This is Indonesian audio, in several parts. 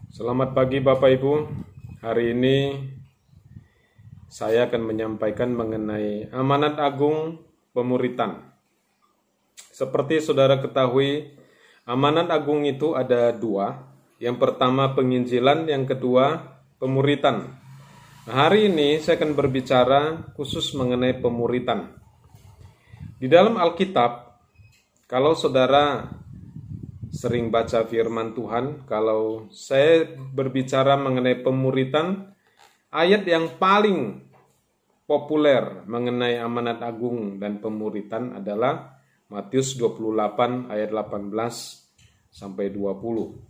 Selamat pagi Bapak Ibu. Hari ini saya akan menyampaikan mengenai amanat agung pemuritan. Seperti saudara ketahui, amanat agung itu ada dua. Yang pertama penginjilan, yang kedua pemuritan. Nah, hari ini saya akan berbicara khusus mengenai pemuritan. Di dalam Alkitab, kalau saudara sering baca firman Tuhan, kalau saya berbicara mengenai pemuritan, ayat yang paling populer mengenai amanat agung dan pemuritan adalah Matius 28 ayat 18 sampai 20.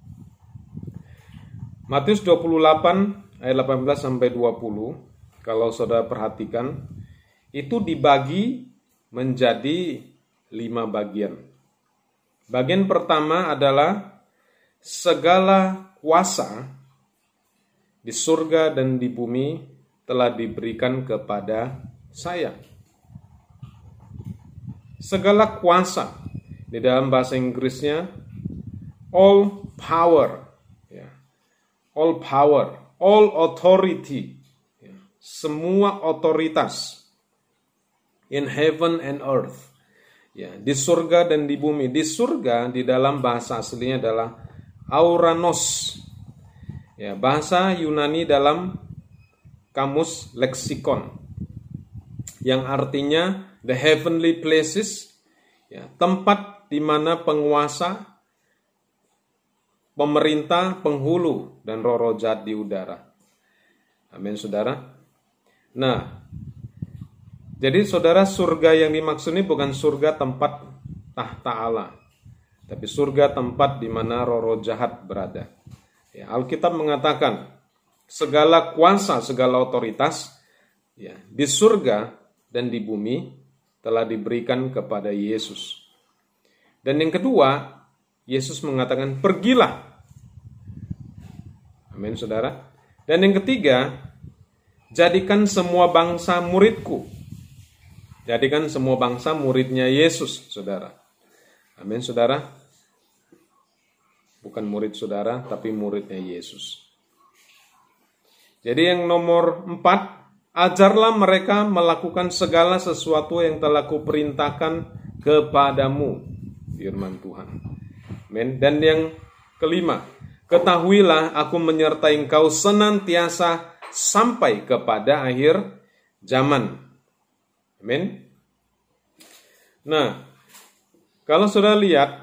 Matius 28 ayat 18 sampai 20, kalau saudara perhatikan, itu dibagi menjadi 5 bagian. Bagian pertama adalah segala kuasa di surga dan di bumi telah diberikan kepada saya. Segala kuasa, di dalam bahasa Inggrisnya all power, all power, all authority, semua otoritas in heaven and earth. Di surga dan di bumi. Di surga di dalam bahasa aslinya adalah auranos. Bahasa Yunani dalam kamus leksikon yang artinya the heavenly places, tempat di mana penguasa, pemerintah, penghulu dan roh-roh jahat di udara. Amin, saudara. Nah, jadi saudara, surga yang dimaksud ini bukan surga tempat tahta Allah, tapi surga tempat di mana roh-roh jahat berada. Alkitab mengatakan segala kuasa, segala otoritas di surga dan di bumi telah diberikan kepada Yesus. Dan yang kedua, Yesus mengatakan pergilah. Amin, saudara. Dan yang ketiga, jadikan semua bangsa muridku. Jadikan semua bangsa muridnya Yesus, saudara. Amin, saudara. Bukan murid saudara, tapi muridnya Yesus. Jadi yang nomor 4, ajarlah mereka melakukan segala sesuatu yang telah kuperintahkan kepadamu, firman Tuhan. Amin. Dan yang kelima, ketahuilah aku menyertai engkau senantiasa sampai kepada akhir zaman. Amin. Nah, kalau sudah lihat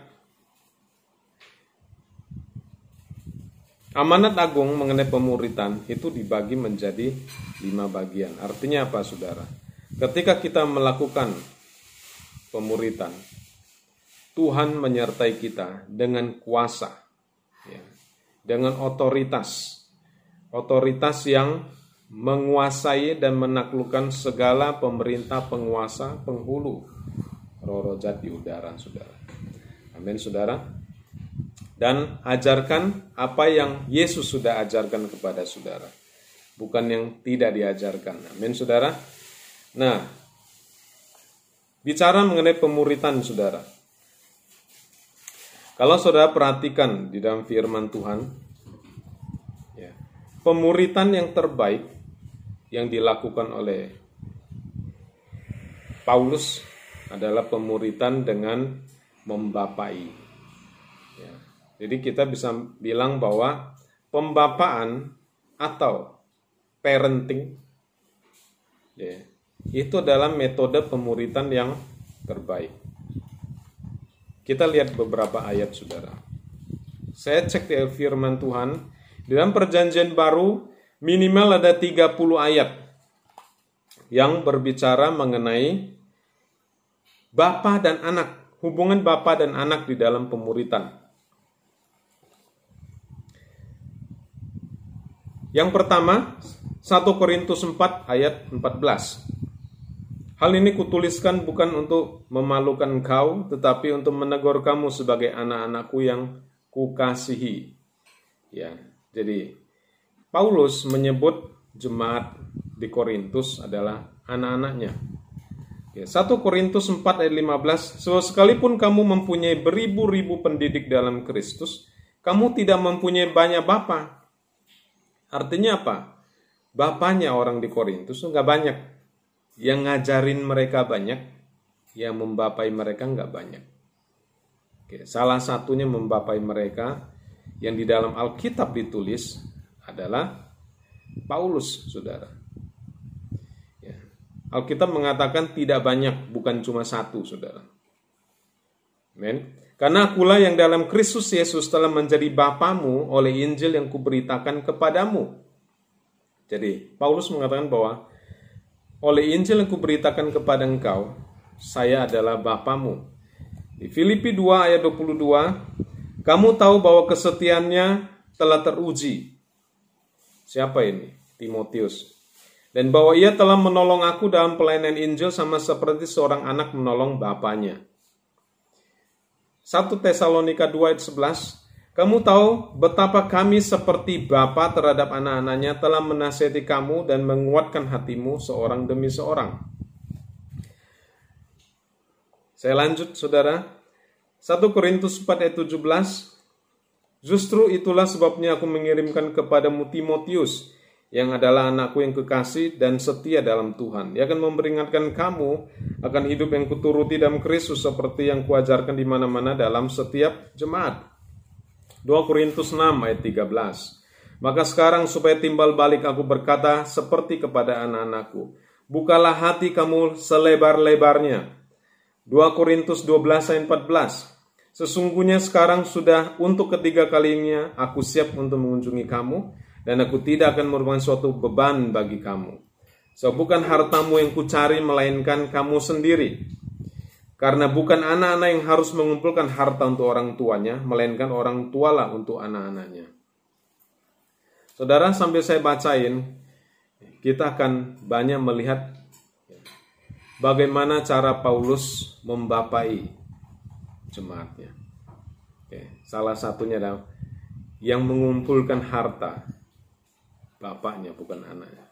amanat agung mengenai pemuritan itu dibagi menjadi 5 bagian. Artinya apa, saudara? Ketika kita melakukan pemuritan, Tuhan menyertai kita dengan kuasa, dengan otoritas yang menguasai dan menaklukkan segala pemerintah, penguasa, penghulu, roh-roh jahat di udara, saudara. Amin, saudara. Dan ajarkan apa yang Yesus sudah ajarkan kepada saudara, bukan yang tidak diajarkan. Amin, saudara. Nah, bicara mengenai pemuritan, saudara. Kalau saudara perhatikan di dalam firman Tuhan, pemuritan yang terbaik yang dilakukan oleh Paulus adalah pemuritan dengan membapai. Jadi kita bisa bilang bahwa pembapaan atau parenting itu adalah metode pemuritan yang terbaik. Kita lihat beberapa ayat, saudara. Saya cek di firman Tuhan, di dalam perjanjian baru minimal ada 30 ayat yang berbicara mengenai bapa dan anak, hubungan bapa dan anak di dalam pemuritan. Yang pertama, 1 Korintus 4 ayat 14. Hal ini kutuliskan bukan untuk memalukan engkau, tetapi untuk menegur kamu sebagai anak-anakku yang kukasihi. Jadi Paulus menyebut jemaat di Korintus adalah anak-anaknya. 1 Korintus 4 ayat 15, sekalipun kamu mempunyai beribu-ribu pendidik dalam Kristus, kamu tidak mempunyai banyak bapa. Artinya apa? Bapaknya orang di Korintus nggak banyak. Yang ngajarin mereka banyak, yang membapai mereka nggak banyak. Oke, salah satunya membapai mereka yang di dalam Alkitab ditulis adalah Paulus, saudara. Ya. Alkitab mengatakan tidak banyak, bukan cuma satu, saudara. Amen. Karena akulah yang dalam Kristus Yesus telah menjadi bapamu oleh Injil yang kuberitakan kepadamu. Jadi, Paulus mengatakan bahwa oleh Injil yang kuberitakan kepada engkau, saya adalah bapamu. Di Filipi 2 ayat 22, kamu tahu bahwa kesetiaannya telah teruji. Siapa ini? Timotius. Dan bahwa ia telah menolong aku dalam pelayanan Injil sama seperti seorang anak menolong bapaknya. 1 Tesalonika 2 ayat 11, kamu tahu betapa kami seperti bapa terhadap anak-anaknya telah menasihati kamu dan menguatkan hatimu seorang demi seorang. Saya lanjut, saudara. 1 Korintus 4 ayat 17, justru itulah sebabnya aku mengirimkan kepadamu Timotius, yang adalah anakku yang kekasih dan setia dalam Tuhan. Dia akan memperingatkan kamu akan hidup yang kuturuti dalam Kristus seperti yang kuajarkan di mana-mana dalam setiap jemaat. 2 Korintus 6 ayat 13. Maka sekarang supaya timbal balik aku berkata seperti kepada anak-anakku, bukalah hati kamu selebar-lebarnya. 2 Korintus 12 ayat 14. Sesungguhnya sekarang sudah untuk ketiga kalinya aku siap untuk mengunjungi kamu, dan aku tidak akan merupakan suatu beban bagi kamu. So, bukan hartamu yang kucari, melainkan kamu sendiri. Karena bukan anak-anak yang harus mengumpulkan harta untuk orang tuanya, melainkan orang tualah untuk anak-anaknya. Saudara, sambil saya bacain, kita akan banyak melihat bagaimana cara Paulus membapai jemaatnya. Oke, salah satunya adalah yang mengumpulkan harta, bapaknya bukan anaknya.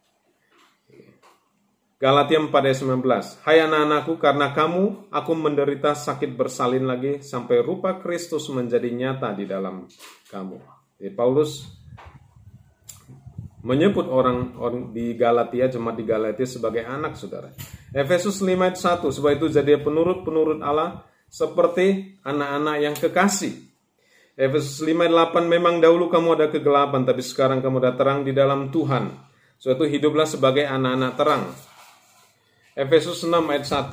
Galatia 4 ayat 19. Hai anak-anakku, karena kamu, aku menderita sakit bersalin lagi sampai rupa Kristus menjadi nyata di dalam kamu. Jadi Paulus menyebut orang di Galatia, jemaat di Galatia sebagai anak, saudara. Efesus 5 ayat 1. Sebab itu jadi penurut-penurut Allah seperti anak-anak yang kekasih. Efesus 5 ayat 8. Memang dahulu kamu ada kegelapan, tapi sekarang kamu ada terang di dalam Tuhan. Suatu hiduplah sebagai anak-anak terang. Efesus 6 ayat 1.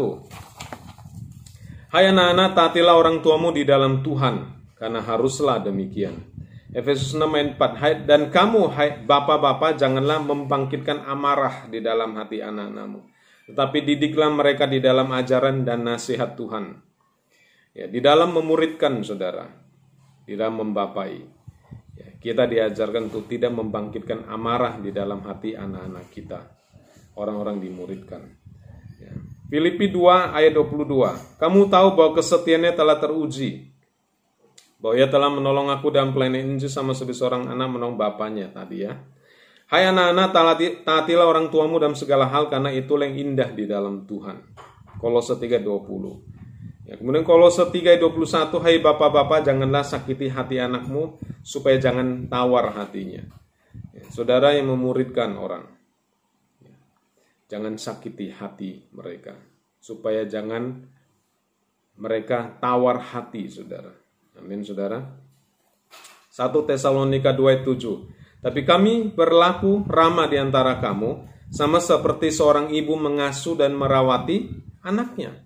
Hai anak-anak, taatilah orang tuamu di dalam Tuhan, karena haruslah demikian. Efesus 6 ayat 4. Dan kamu, hai bapak-bapak, janganlah membangkitkan amarah di dalam hati anak-anakmu, tetapi didiklah mereka di dalam ajaran dan nasihat Tuhan. Ya, di dalam memuridkan, saudara, di dalam membapai. Ya, kita diajarkan untuk tidak membangkitkan amarah di dalam hati anak-anak kita, orang-orang dimuridkan. Filipi 2 ayat 22. Kamu tahu bahwa kesetiaannya telah teruji, bahwa ia telah menolong aku dalam pelayanan Injil sama seperti seorang anak menolong bapaknya tadi ya. Hai anak-anak, taatilah orang tuamu dalam segala hal, karena itulah yang indah di dalam Tuhan. Kolose 3:20. Ya, kemudian Kolose 3:21. Hai bapak-bapak, janganlah sakiti hati anakmu, supaya jangan tawar hatinya. Ya, saudara yang memuridkan orang, jangan sakiti hati mereka, supaya jangan mereka tawar hati, saudara. Amin, saudara. 1 Tesalonika 2:7. Tapi kami berlaku ramah di antara kamu, sama seperti seorang ibu mengasuh dan merawati anaknya.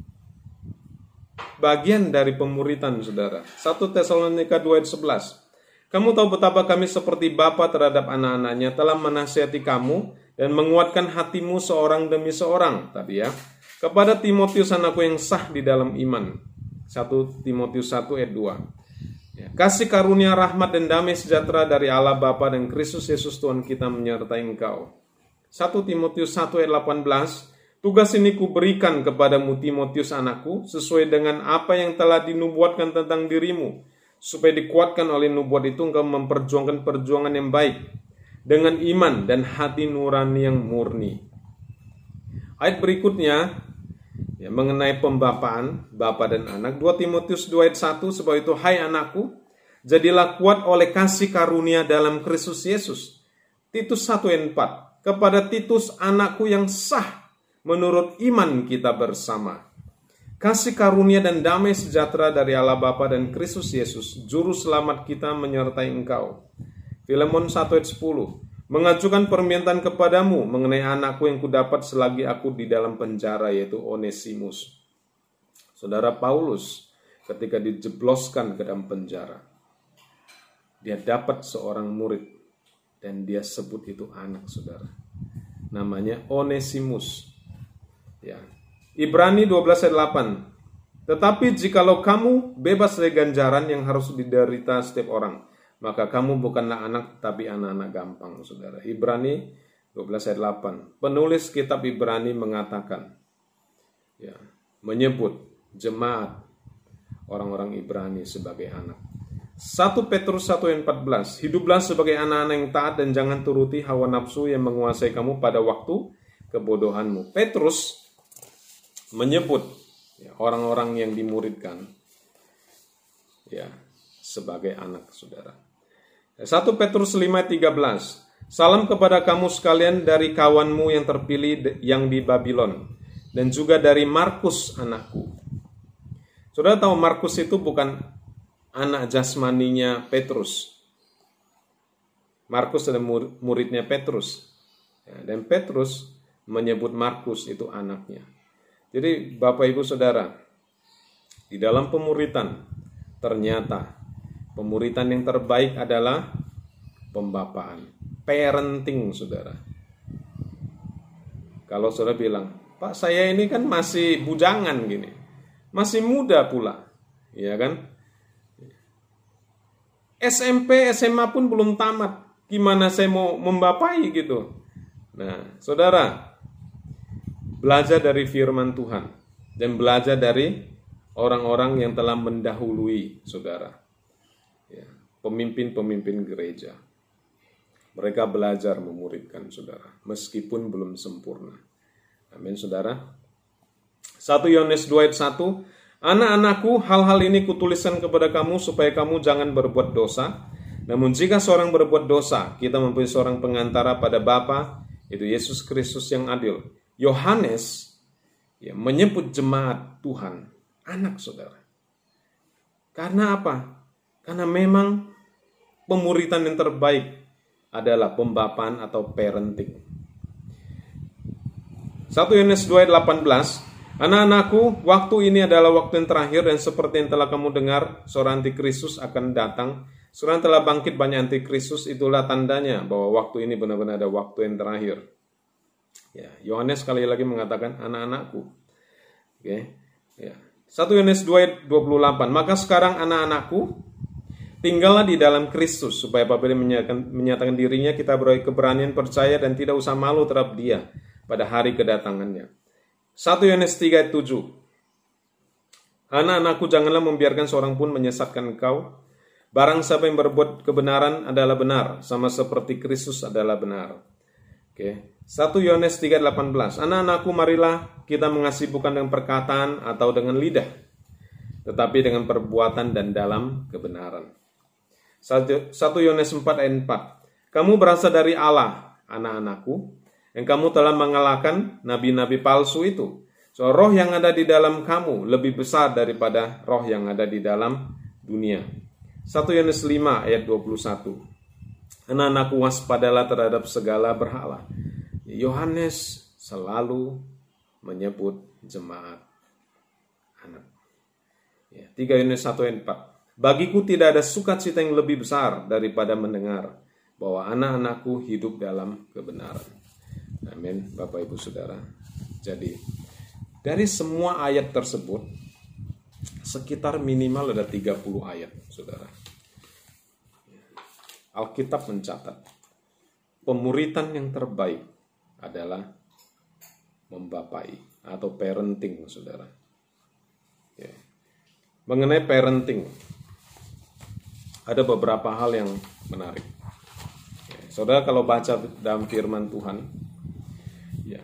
Bagian dari pemuritan, saudara. 1 Tesalonika 2:11. Kamu tahu betapa kami seperti bapa terhadap anak-anaknya, telah menasihati kamu dan menguatkan hatimu seorang demi seorang. Tadi ya. Kepada Timotius anakku yang sah di dalam iman. 1 Timotius 1 ayat 2. Ya, kasih karunia, rahmat dan damai sejahtera dari Allah Bapa dan Kristus Yesus Tuhan kita menyertai engkau. 1 Timotius 1 ayat 18. Tugas ini kuberikan kepadamu Timotius anakku, sesuai dengan apa yang telah dinubuatkan tentang dirimu, supaya dikuatkan oleh nubuat itu engkau memperjuangkan perjuangan yang baik, dengan iman dan hati nurani yang murni. Ayat berikutnya ya, mengenai pembapaan Bapa dan anak. 2 Timotius 2 ayat 1. Sebab itu hai anakku, Jadilah kuat oleh kasih karunia dalam Kristus Yesus. Titus 1 ayat 4. Kepada Titus, anakku yang sah menurut iman kita bersama. Kasih karunia dan damai sejahtera dari Allah Bapa dan Kristus Yesus, Juru Selamat kita menyertai engkau. Filemon 1 ayat 10. Mengajukan permintaan kepadamu mengenai anakku yang kudapat selagi aku di dalam penjara, yaitu Onesimus. Saudara Paulus ketika dijebloskan ke dalam penjara, dia dapat seorang murid dan dia sebut itu anak, saudara. Namanya Onesimus. Ya. Ibrani 12 ayat 8. Tetapi jikalau kamu bebas dari ganjaran yang harus diderita setiap orang, maka kamu bukanlah anak, tapi anak-anak gampang, saudara. Ibrani 12 ayat 8. Penulis kitab Ibrani mengatakan, ya, menyebut jemaat orang-orang Ibrani sebagai anak. 1 Petrus 1 ayat 14. Hiduplah sebagai anak-anak yang taat dan jangan turuti hawa nafsu yang menguasai kamu pada waktu kebodohanmu. Petrus menyebut ya, orang-orang yang dimuridkan ya sebagai anak, saudara. 1 Petrus 5 ayat 13. Salam kepada kamu sekalian dari kawanmu yang terpilih yang di Babylon, dan juga dari Markus anakku. Saudara tahu Markus itu bukan anak jasmaninya Petrus. Markus adalah muridnya Petrus. Ya, dan Petrus menyebut Markus itu anaknya. Jadi Bapak Ibu Saudara, di dalam pemuritan, ternyata pemuritan yang terbaik adalah pembapaan, parenting, saudara. Kalau saudara bilang, Pak, saya ini kan masih bujangan gini, masih muda pula, ya kan? SMP, SMA pun belum tamat, gimana saya mau membapai gitu? Nah, saudara, belajar dari firman Tuhan dan belajar dari orang-orang yang telah mendahului saudara. Ya, pemimpin-pemimpin gereja. Mereka belajar memuridkan saudara, meskipun belum sempurna. Amin, saudara. 1 Yohanes 2 ayat 1. Anak-anakku, hal-hal ini kutuliskan kepada kamu supaya kamu jangan berbuat dosa. Namun jika seorang berbuat dosa, kita mempunyai seorang pengantara pada Bapa, yaitu Yesus Kristus yang adil. Yohanes ya, menyebut jemaat Tuhan anak, saudara. Karena apa? Karena memang pemuritan yang terbaik adalah pembapaan atau parenting. 1 Yohanes 2 ayat 18. Anak-anakku, waktu ini adalah waktu yang terakhir, dan seperti yang telah kamu dengar, seorang antikristus akan datang. Seorang telah bangkit banyak antikristus, itulah tandanya bahwa waktu ini benar-benar ada waktu yang terakhir. Ya, Yohanes sekali lagi mengatakan anak-anakku. Oke. Ya. 1 Yohanes 2 ayat 28. Maka sekarang anak-anakku, tinggallah di dalam Kristus, supaya apabila menyatakan dirinya, kita beroleh keberanian percaya dan tidak usah malu terhadap Dia pada hari kedatangannya. 1 Yohanes 3 ayat 7. Anak-anakku, janganlah membiarkan seorang pun menyesatkan engkau. Barang siapa yang berbuat kebenaran adalah benar, sama seperti Kristus adalah benar. Oke. 1 Yohanes 3:18. Anak-anakku, marilah kita mengasihi bukan dengan perkataan atau dengan lidah, tetapi dengan perbuatan dan dalam kebenaran. 1 Yohanes 4 ayat 4. Kamu berasal dari Allah, anak-anakku, yang kamu telah mengalahkan nabi-nabi palsu itu. So, roh yang ada di dalam kamu lebih besar daripada roh yang ada di dalam dunia. 1 Yohanes 5 ayat 21. Anak-anakku, waspadalah terhadap segala berhala. Yohanes selalu menyebut jemaat anak. 3 Yohanes 1 ayat 4. Bagiku tidak ada sukacita yang lebih besar daripada mendengar bahwa anak-anakku hidup dalam kebenaran. Amin, Bapak Ibu Saudara. Jadi, dari semua ayat tersebut, sekitar minimal ada 30 ayat, Saudara. Alkitab mencatat, pemuritan yang terbaik adalah membapai atau parenting, saudara. Ya. Mengenai parenting, ada beberapa hal yang menarik. Ya. Saudara kalau baca dalam firman Tuhan, ya,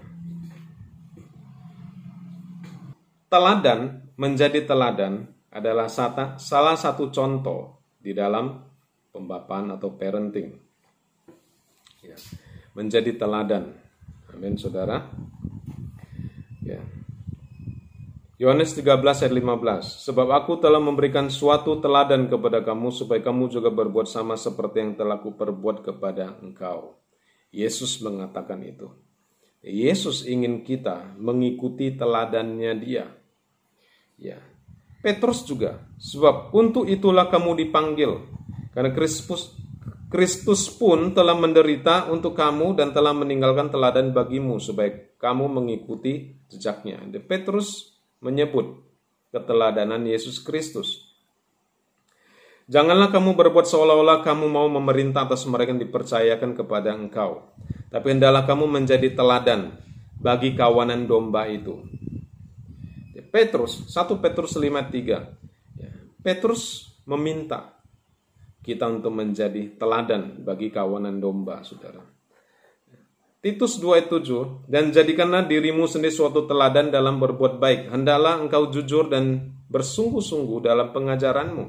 teladan menjadi teladan adalah salah satu contoh di dalam pembapaan atau parenting. Ya. Menjadi teladan. Amin, saudara. Ya. Yohanes 13 ayat 15. Sebab aku telah memberikan suatu teladan kepada kamu supaya kamu juga berbuat sama seperti yang telah kuperbuat kepada engkau. Yesus mengatakan itu. Yesus ingin kita mengikuti teladannya Dia. Ya. Petrus juga, sebab untuk itulah kamu dipanggil. Karena Kristus pun telah menderita untuk kamu dan telah meninggalkan teladan bagimu supaya kamu mengikuti jejaknya. Petrus menyebut keteladanan Yesus Kristus. Janganlah kamu berbuat seolah-olah kamu mau memerintah atas mereka yang dipercayakan kepada engkau. Tapi hendaklah kamu menjadi teladan bagi kawanan domba itu. Petrus, 1 Petrus 5:3. Petrus meminta kita untuk menjadi teladan bagi kawanan domba, saudara. Titus 2:7, dan jadikanlah dirimu sendiri suatu teladan dalam berbuat baik. Hendaklah engkau jujur dan bersungguh-sungguh dalam pengajaranmu.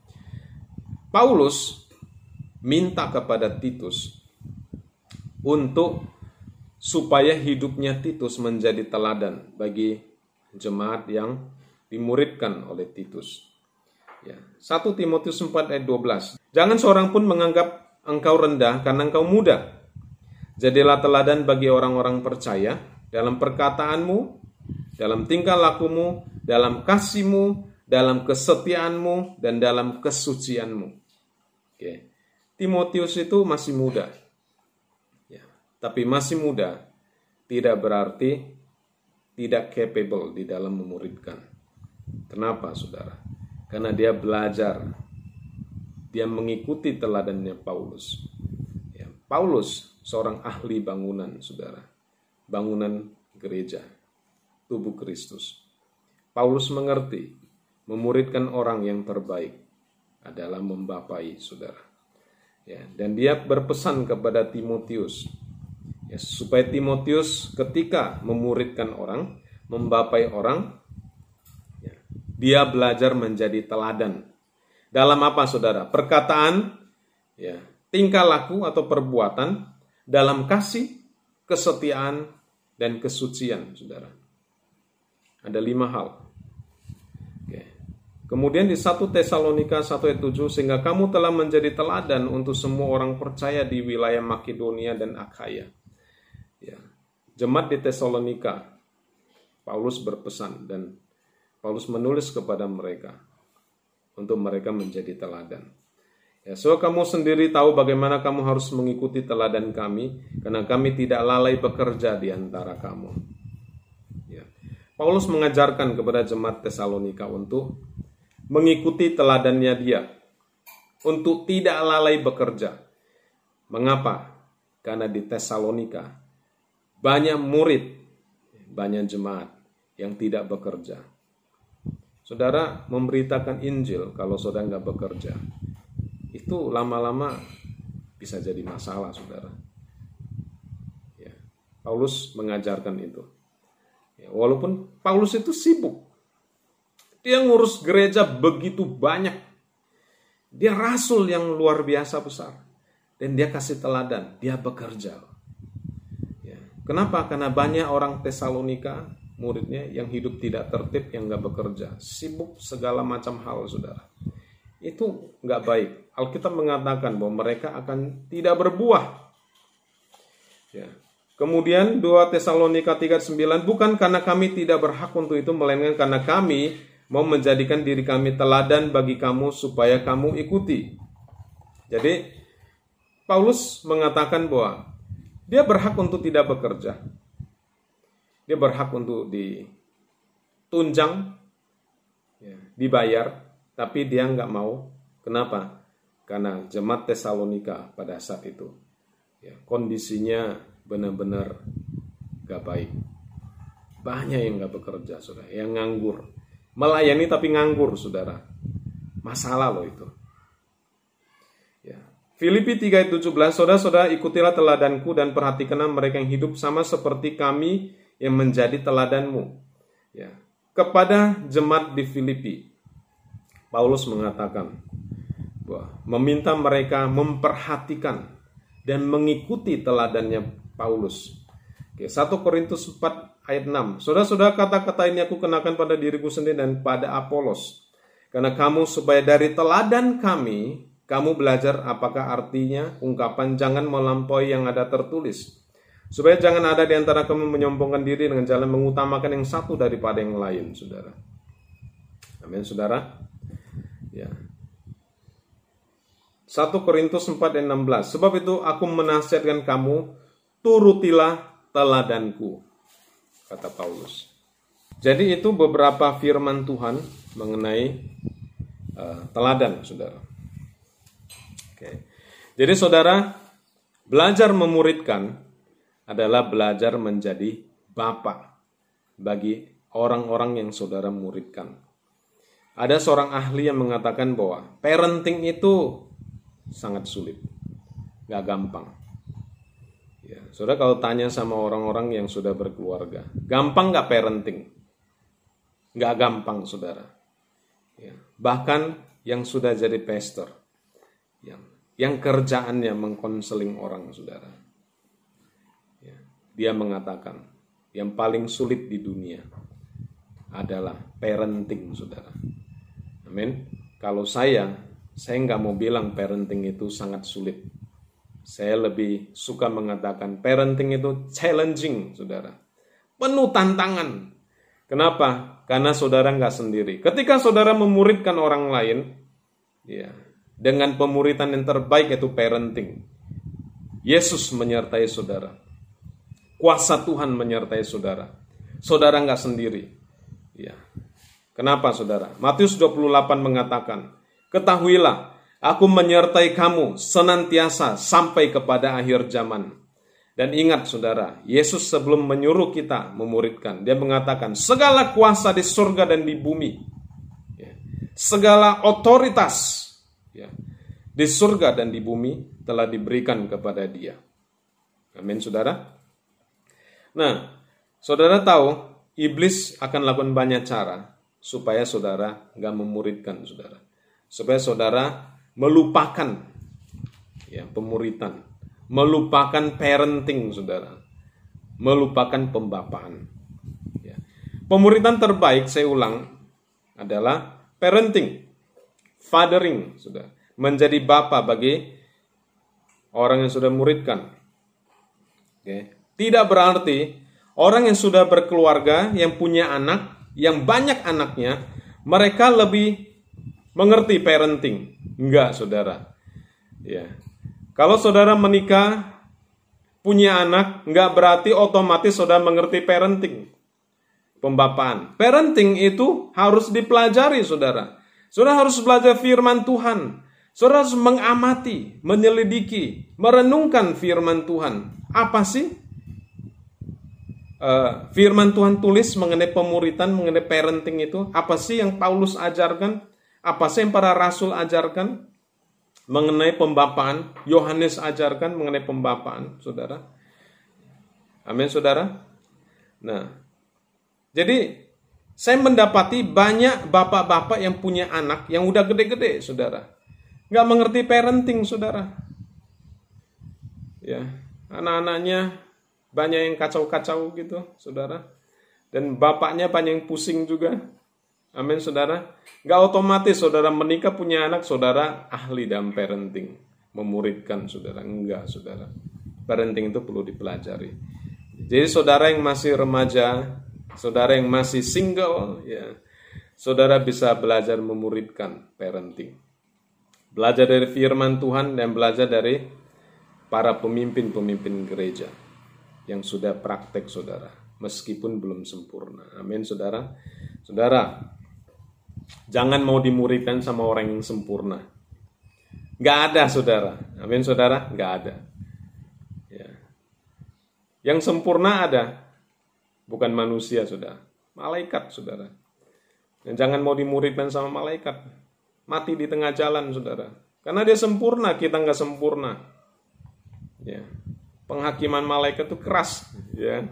Paulus minta kepada Titus untuk supaya hidupnya Titus menjadi teladan bagi jemaat yang dimuridkan oleh Titus. Ya, 1 Timotius 4 ayat 12. Jangan seorang pun menganggap engkau rendah karena engkau muda. Jadilah teladan bagi orang-orang percaya dalam perkataanmu, dalam tingkah lakumu, dalam kasihmu, dalam kesetiaanmu, dan dalam kesucianmu. Oke. Timotius itu masih muda. Ya, tapi masih muda tidak berarti tidak capable di dalam memuridkan. Kenapa, saudara? Karena dia belajar. Dia mengikuti teladannya Paulus. Ya, Paulus seorang ahli bangunan, saudara. Bangunan gereja, tubuh Kristus. Paulus mengerti, memuridkan orang yang terbaik adalah membapai, saudara. Ya, dan dia berpesan kepada Timotius, ya, supaya Timotius ketika memuridkan orang, membapai orang, ya, dia belajar menjadi teladan. Dalam apa, saudara? Perkataan, ya, tingkah laku atau perbuatan, dalam kasih, kesetiaan, dan kesucian, saudara. Ada 5 hal. Oke. Kemudian di 1 Tesalonika 1 ayat 7, sehingga kamu telah menjadi teladan untuk semua orang percaya di wilayah Makedonia dan Akhaya. Ya. Jemaat di Tesalonika, Paulus berpesan dan Paulus menulis kepada mereka untuk mereka menjadi teladan. Ya, so kamu sendiri tahu bagaimana kamu harus mengikuti teladan kami, karena kami tidak lalai bekerja di antara kamu. Ya. Paulus mengajarkan kepada jemaat Tesalonika untuk mengikuti teladannya dia, untuk tidak lalai bekerja. Mengapa? Karena di Tesalonika banyak murid, banyak jemaat yang tidak bekerja. Saudara memberitakan Injil kalau saudara nggak bekerja, itu lama-lama bisa jadi masalah, saudara. Ya, Paulus mengajarkan itu. Ya, walaupun Paulus itu sibuk, dia ngurus gereja begitu banyak, dia rasul yang luar biasa besar, dan dia kasih teladan, dia bekerja. Ya, kenapa? Karena banyak orang Tesalonika muridnya yang hidup tidak tertib, yang nggak bekerja, sibuk segala macam hal, saudara. Itu nggak baik. Alkitab mengatakan bahwa mereka akan tidak berbuah. Ya. Kemudian 2 Tesalonika 3:9, bukan karena kami tidak berhak untuk itu, melainkan karena kami mau menjadikan diri kami teladan bagi kamu supaya kamu ikuti. Jadi Paulus mengatakan bahwa dia berhak untuk tidak bekerja. Dia berhak untuk ditunjang, ya, dibayar, tapi dia nggak mau. Kenapa? Karena jemaat Tesalonika pada saat itu, ya, kondisinya benar-benar nggak baik. Banyak yang nggak bekerja, saudara, yang nganggur, melayani tapi nganggur, saudara. Masalah loh itu. Ya. Filipi 3:17, saudara-saudara, ikutilah teladanku dan perhatikanlah mereka yang hidup sama seperti kami yang menjadi teladanmu. Ya. Kepada jemaat di Filipi, Paulus mengatakan meminta mereka memperhatikan dan mengikuti teladannya Paulus. 1 Korintus 4 ayat 6. Saudara-saudara, kata-kata ini aku kenakan pada diriku sendiri dan pada Apolos. Karena kamu supaya dari teladan kami, kamu belajar apakah artinya ungkapan jangan melampaui yang ada tertulis. Supaya jangan ada di antara kamu menyombongkan diri dengan jalan mengutamakan yang satu daripada yang lain, saudara. Amin, saudara. Ya. 1 Korintus 4 ayat 16. Sebab itu aku menasihatkan kamu, turutilah teladanku, kata Paulus. Jadi itu beberapa firman Tuhan mengenai teladan, saudara. Oke. Jadi saudara, belajar memuridkan adalah belajar menjadi bapa bagi orang-orang yang saudara muridkan. Ada seorang ahli yang mengatakan bahwa parenting itu sangat sulit, gak gampang. Ya, saudara kalau tanya sama orang-orang yang sudah berkeluarga, gampang gak parenting? Gak gampang, saudara. Ya, bahkan yang sudah jadi pastor, yang kerjaannya mengkonseling orang, saudara. Ya, dia mengatakan yang paling sulit di dunia adalah parenting, saudara. Amin. Kalau saya nggak mau bilang parenting itu sangat sulit. Saya lebih suka mengatakan parenting itu challenging, saudara. Penuh tantangan. Kenapa? Karena saudara nggak sendiri. Ketika saudara memuridkan orang lain, ya, dengan pemuridan yang terbaik yaitu parenting, Yesus menyertai saudara. Kuasa Tuhan menyertai saudara. Saudara nggak sendiri. Ya. Kenapa, saudara? Matius 28 mengatakan, ketahuilah, aku menyertai kamu senantiasa sampai kepada akhir zaman. Dan ingat, saudara, Yesus sebelum menyuruh kita memuridkan, dia mengatakan, segala kuasa di surga dan di bumi, ya, segala otoritas, ya, di surga dan di bumi telah diberikan kepada dia. Amin, saudara. Nah, saudara tahu, iblis akan lakukan banyak cara supaya saudara nggak memuridkan, saudara. Supaya saudara melupakan, ya, pemuridan, melupakan parenting, saudara, melupakan pembapaan. Ya. Pemuridan terbaik, saya ulang, adalah parenting, fathering, saudara, menjadi bapa bagi orang yang sudah muridkan. Oke. Tidak berarti orang yang sudah berkeluarga, yang punya anak, yang banyak anaknya, mereka lebih mengerti parenting. Enggak, saudara. Ya. Kalau saudara menikah, punya anak, enggak berarti otomatis saudara mengerti parenting, pembapaan. Parenting itu harus dipelajari, saudara. Saudara harus belajar firman Tuhan. Saudara harus mengamati, menyelidiki, merenungkan firman Tuhan. Apa sih firman Tuhan tulis mengenai pemuridan, mengenai parenting itu? Apa sih yang Paulus ajarkan? Apa sih yang para rasul ajarkan mengenai pembapaan? Yohanes ajarkan mengenai pembapaan, saudara. Amin, saudara. Nah, jadi saya mendapati banyak bapak-bapak yang punya anak yang udah gede-gede, saudara, nggak mengerti parenting, saudara. Ya, anak-anaknya banyak yang kacau-kacau gitu, saudara. Dan bapaknya banyak yang pusing juga. Amin, saudara. Gak otomatis saudara menikah punya anak, saudara ahli dalam parenting, memuridkan, saudara. Enggak, saudara. Parenting itu perlu dipelajari. Jadi saudara yang masih remaja, saudara yang masih single, ya, saudara bisa belajar memuridkan parenting. Belajar dari firman Tuhan dan belajar dari para pemimpin-pemimpin gereja yang sudah praktek, saudara, meskipun belum sempurna. Amin, saudara. Saudara, jangan mau dimuridkan sama orang yang sempurna. Gak ada, saudara. Amin, saudara. Gak ada. Ya. Yang sempurna ada, bukan manusia, saudara. Malaikat, saudara. Dan jangan mau dimuridkan sama malaikat. Mati di tengah jalan, saudara. Karena dia sempurna, kita gak sempurna. Ya. Penghakiman malaikat itu keras, ya.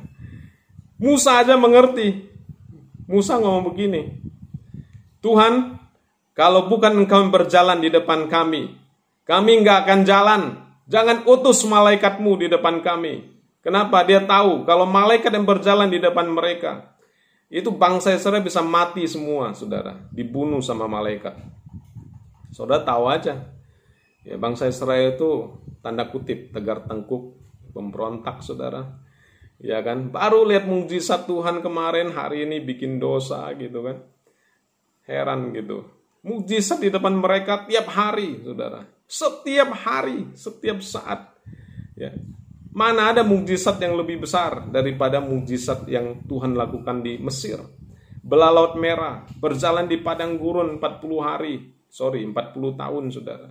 Musa aja mengerti. Musa ngomong begini, Tuhan, Kalau bukan engkau yang berjalan di depan kami nggak akan jalan. Jangan utus malaikatmu di depan kami. Kenapa? Dia tahu kalau malaikat yang berjalan di depan mereka, itu bangsa Israel bisa mati semua, saudara. Dibunuh sama malaikat. Saudara tahu aja. Ya, bangsa Israel itu tanda kutip tegar tengkuk, pemberontak, saudara. Ya kan? Baru lihat mukjizat Tuhan kemarin, hari ini bikin dosa gitu kan. Heran gitu. Mukjizat di depan mereka tiap hari, saudara. Setiap hari, setiap saat. Ya. Mana ada mukjizat yang lebih besar daripada mukjizat yang Tuhan lakukan di Mesir. Belah Laut Merah, berjalan di padang gurun 40 tahun, saudara.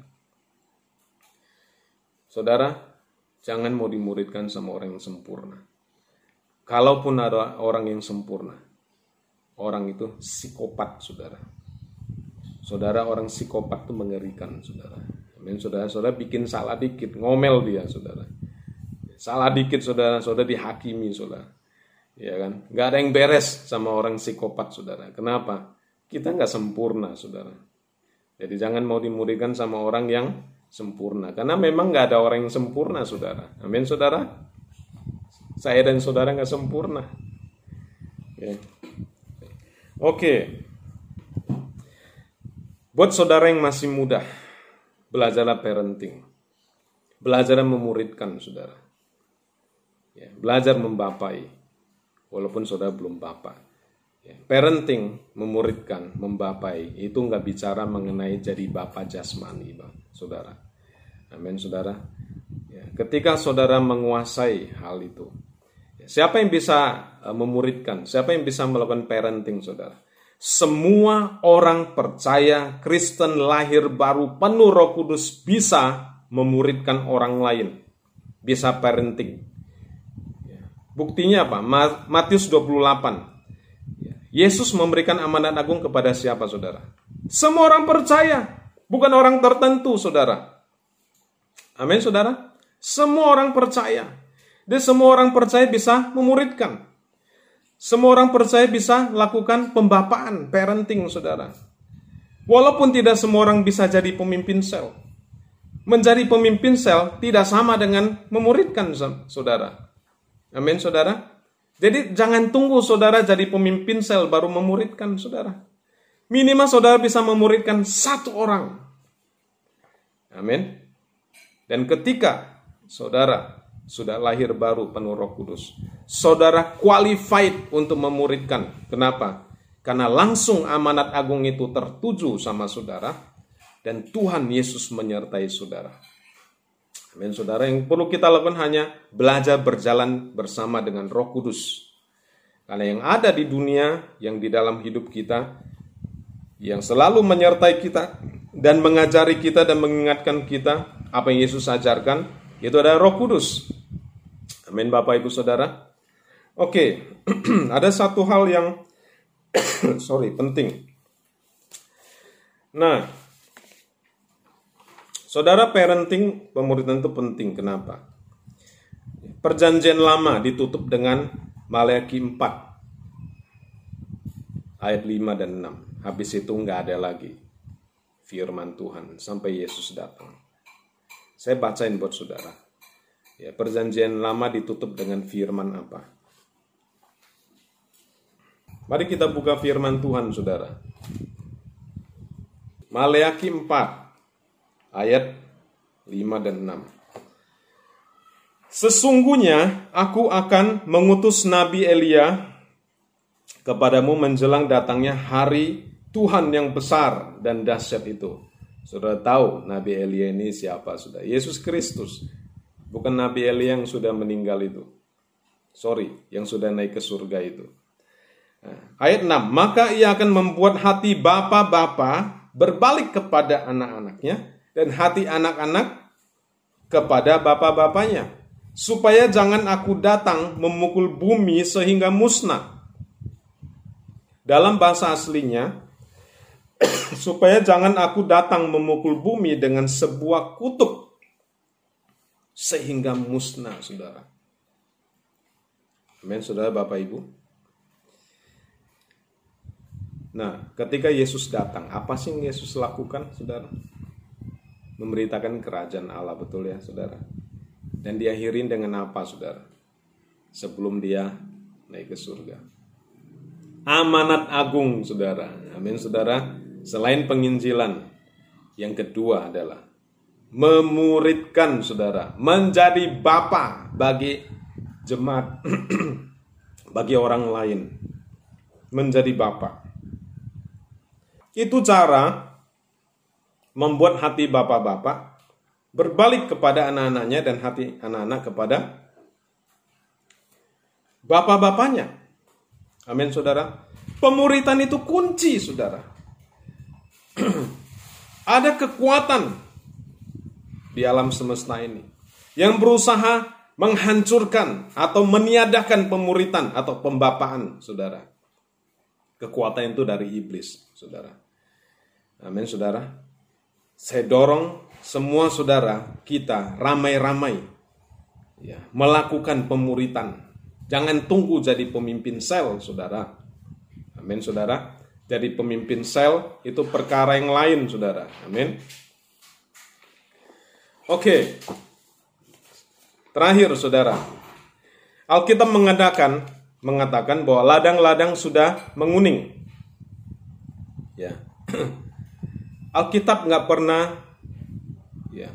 Saudara, jangan mau dimuridkan sama orang yang sempurna. Kalaupun ada orang yang sempurna, orang itu psikopat, saudara. Saudara, orang psikopat itu mengerikan, saudara. Amin, saudara. Saudara bikin salah dikit, ngomel dia, saudara. Salah dikit, saudara dihakimi, saudara. Ya kan? Gak ada yang beres sama orang psikopat, saudara. Kenapa? Kita gak sempurna, saudara. Jadi jangan mau dimuridkan sama orang yang sempurna. Karena memang gak ada orang yang sempurna, saudara. Amin, saudara. Saya dan saudara gak sempurna. Ya. Oke. Buat saudara yang masih muda, belajarlah parenting. Belajar memuridkan, saudara. Ya, belajar membapai, walaupun saudara belum bapa. Ya, parenting, memuridkan, membapai, itu nggak bicara mengenai jadi bapa jasmani, saudara. Amin, saudara. Ya, ketika saudara menguasai hal itu, ya, siapa yang bisa memuridkan? Siapa yang bisa melakukan parenting, saudara? Semua orang percaya Kristen lahir baru penuh Roh Kudus bisa memuridkan orang lain, bisa parenting. Buktinya apa? Matius 28. Yesus memberikan amanat agung kepada siapa, saudara? Semua orang percaya, bukan orang tertentu, saudara. Amin, saudara. Semua orang percaya. Dan semua orang percaya bisa memuridkan. Semua orang percaya bisa lakukan pembapaan, parenting, saudara. Walaupun tidak semua orang bisa jadi pemimpin sel. Menjadi pemimpin sel tidak sama dengan memuridkan, saudara. Amin, saudara. Jadi jangan tunggu saudara jadi pemimpin sel baru memuridkan, saudara. Minimal saudara bisa memuridkan satu orang. Amin. Dan ketika saudara sudah lahir baru penuh Roh Kudus, saudara qualified untuk memuridkan. Kenapa? Karena langsung amanat agung itu tertuju sama saudara, dan Tuhan Yesus menyertai saudara. Amin, saudara. Yang perlu kita lakukan hanya belajar berjalan bersama dengan Roh Kudus. Karena yang ada di dunia, yang di dalam hidup kita, yang selalu menyertai kita dan mengajari kita dan mengingatkan kita apa yang Yesus ajarkan, itu adalah Roh Kudus. Amin, Bapak Ibu Saudara. Oke, ada satu hal yang penting. Nah, saudara, parenting, pemuridan itu penting. Kenapa? Perjanjian lama ditutup dengan Maleakhi 4 ayat 5 dan 6. Habis itu nggak ada lagi firman Tuhan sampai Yesus datang. Saya bacain buat saudara. Ya, perjanjian lama ditutup dengan firman apa? Mari kita buka firman Tuhan, saudara. Maleakhi 4 ayat 5 dan 6. Sesungguhnya aku akan mengutus Nabi Elia kepadamu menjelang datangnya hari Tuhan yang besar dan dahsyat itu. Saudara tahu Nabi Elia ini siapa, saudara? Yesus Kristus. Bukan Nabi Elia yang sudah meninggal itu. Yang sudah naik ke surga itu. Nah, ayat 6. Maka ia akan membuat hati bapa-bapa berbalik kepada anak-anaknya, dan hati anak-anak kepada bapa-bapanya, supaya jangan aku datang memukul bumi sehingga musnah. Dalam bahasa aslinya, supaya jangan aku datang memukul bumi dengan sebuah kutuk sehingga musnah, saudara. Amin, saudara, Bapak Ibu. Nah, ketika Yesus datang, apa sih yang Yesus lakukan, saudara? Memberitakan kerajaan Allah, betul ya, saudara? Dan diakhiri dengan apa, saudara? Sebelum dia naik ke surga. Amanat agung, saudara. Amin, saudara. Selain penginjilan, yang kedua adalah memuridkan, saudara. Menjadi bapa bagi jemaat, bagi orang lain. Menjadi bapa. Itu cara membuat hati bapak-bapak berbalik kepada anak-anaknya dan hati anak-anak kepada bapak-bapaknya. Amin, saudara. Pemuritan itu kunci, saudara. Ada kekuatan di alam semesta ini yang berusaha menghancurkan atau meniadakan pemuritan atau pembapaan, saudara. Kekuatan itu dari iblis, saudara. Amin, saudara. Saya dorong semua saudara kita ramai-ramai ya, melakukan pemuritan. Jangan tunggu jadi pemimpin sel, saudara. Amin, saudara. Jadi pemimpin sel itu perkara yang lain, saudara. Amin. Oke. Terakhir, saudara. Alkitab mengatakan bahwa ladang-ladang sudah menguning. Ya. Alkitab nggak pernah ya,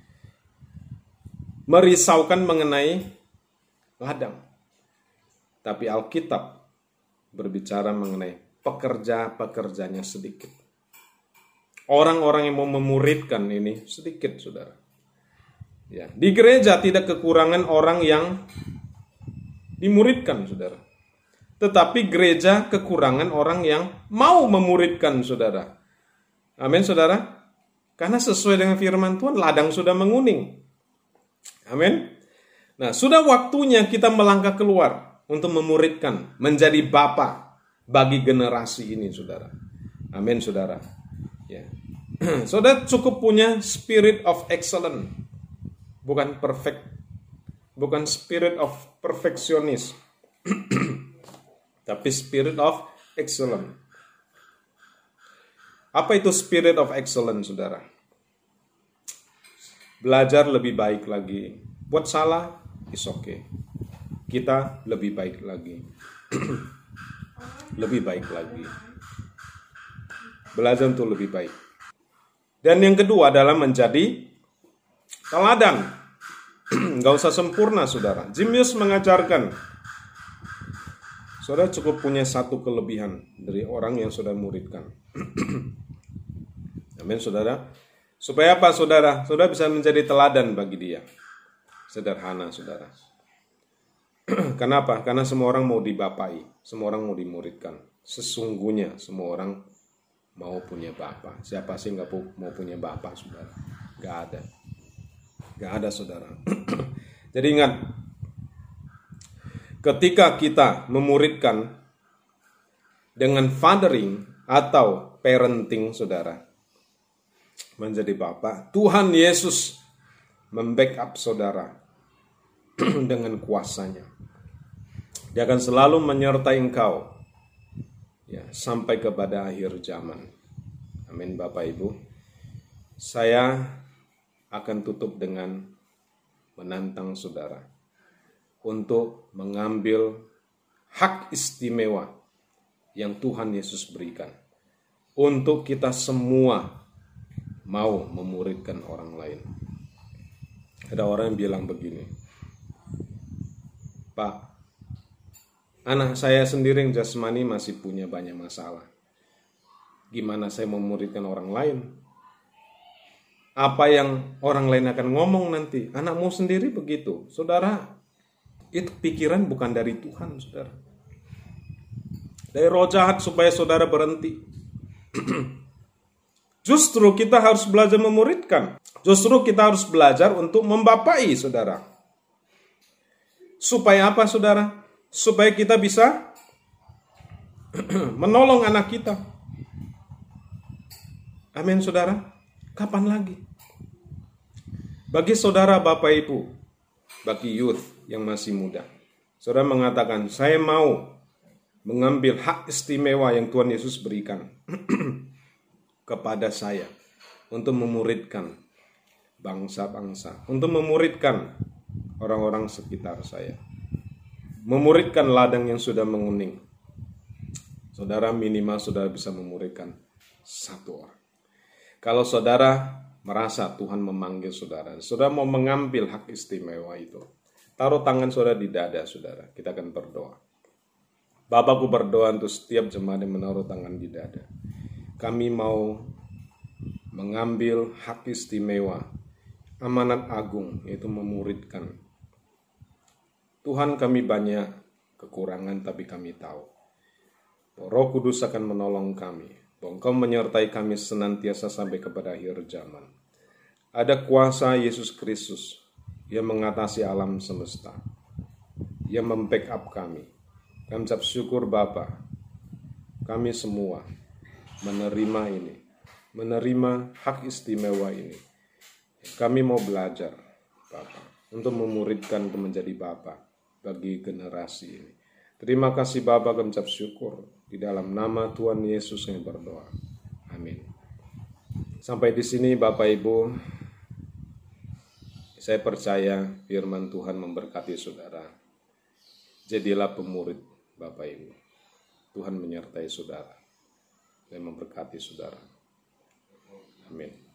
merisaukan mengenai ladang. Tapi Alkitab berbicara mengenai pekerja-pekerjanya sedikit. Orang-orang yang mau memuridkan ini sedikit, saudara. Ya, di gereja tidak kekurangan orang yang dimuridkan, saudara. Tetapi gereja kekurangan orang yang mau memuridkan, saudara. Amin, saudara. Karena sesuai dengan firman Tuhan, ladang sudah menguning. Amin. Nah, sudah waktunya kita melangkah keluar untuk memuridkan, menjadi bapa bagi generasi ini, saudara. Amin, saudara. Ya. Saudara cukup punya spirit of excellence, bukan perfect, bukan spirit of perfectionist, tapi spirit of excellence. Apa itu spirit of excellence, saudara? Belajar lebih baik lagi. Buat salah, is okay. Kita lebih baik lagi. Lebih baik lagi. Belajar untuk lebih baik. Dan yang kedua adalah menjadi teladan. Gak usah sempurna, saudara. Jimius mengajarkan, saudara cukup punya satu kelebihan dari orang yang sudah muridkan. Amin, saudara. Supaya apa, saudara? Saudara bisa menjadi teladan bagi dia. Sederhana, saudara. Kenapa? Karena semua orang mau dibapai, semua orang mau dimuridkan. Sesungguhnya semua orang mau punya bapa. Siapa sih nggak mau punya bapa, saudara? Nggak ada. Nggak ada, saudara. Jadi ingat, ketika kita memuridkan dengan fathering atau parenting, saudara, menjadi bapa, Tuhan Yesus membackup saudara dengan kuasanya. Dia akan selalu menyertai engkau ya, sampai kepada akhir zaman. Amin, Bapak Ibu. Saya akan tutup dengan menantang saudara untuk mengambil hak istimewa yang Tuhan Yesus berikan untuk kita semua mau memuridkan orang lain. Ada orang yang bilang begini, Pak, anak saya sendiri yang jasmani masih punya banyak masalah. Gimana saya memuridkan orang lain? Apa yang orang lain akan ngomong nanti? Anakmu sendiri begitu. Saudara, itu pikiran bukan dari Tuhan, saudara. Dari roh jahat supaya saudara berhenti. Justru kita harus belajar memuridkan. Justru kita harus belajar untuk membapai, saudara. Supaya apa, saudara? Supaya kita bisa menolong anak kita. Amin, saudara. Kapan lagi? Bagi saudara, Bapak Ibu, bagi youth yang masih muda, saudara mengatakan, saya mau mengambil hak istimewa yang Tuhan Yesus berikan kepada saya untuk memuridkan bangsa-bangsa, untuk memuridkan orang-orang sekitar saya, memuridkan ladang yang sudah menguning. Saudara, minimal saudara bisa memuridkan satu orang. Kalau saudara merasa Tuhan memanggil saudara, saudara mau mengambil hak istimewa itu, taruh tangan saudara di dada saudara. Kita akan berdoa. Bapakku berdoa untuk setiap jemaat yang menaruh tangan di dada. Kami mau mengambil hak istimewa, amanat agung, yaitu memuridkan. Tuhan, kami banyak kekurangan, tapi kami tahu Roh Kudus akan menolong kami. Engkau menyertai kami senantiasa sampai kepada akhir zaman. Ada kuasa Yesus Kristus yang mengatasi alam semesta, yang membackup kami. Kami ucap syukur Bapa, kami semua menerima ini, menerima hak istimewa ini. Kami mau belajar Bapa, untuk memuridkan untuk menjadi Bapa bagi generasi ini. Terima kasih Bapa, kami ucap syukur di dalam nama Tuhan Yesus yang berdoa. Amin. Sampai di sini Bapak Ibu, saya percaya firman Tuhan memberkati saudara. Jadilah pemurid Bapak Ibu. Tuhan menyertai saudara dan memberkati saudara. Amin.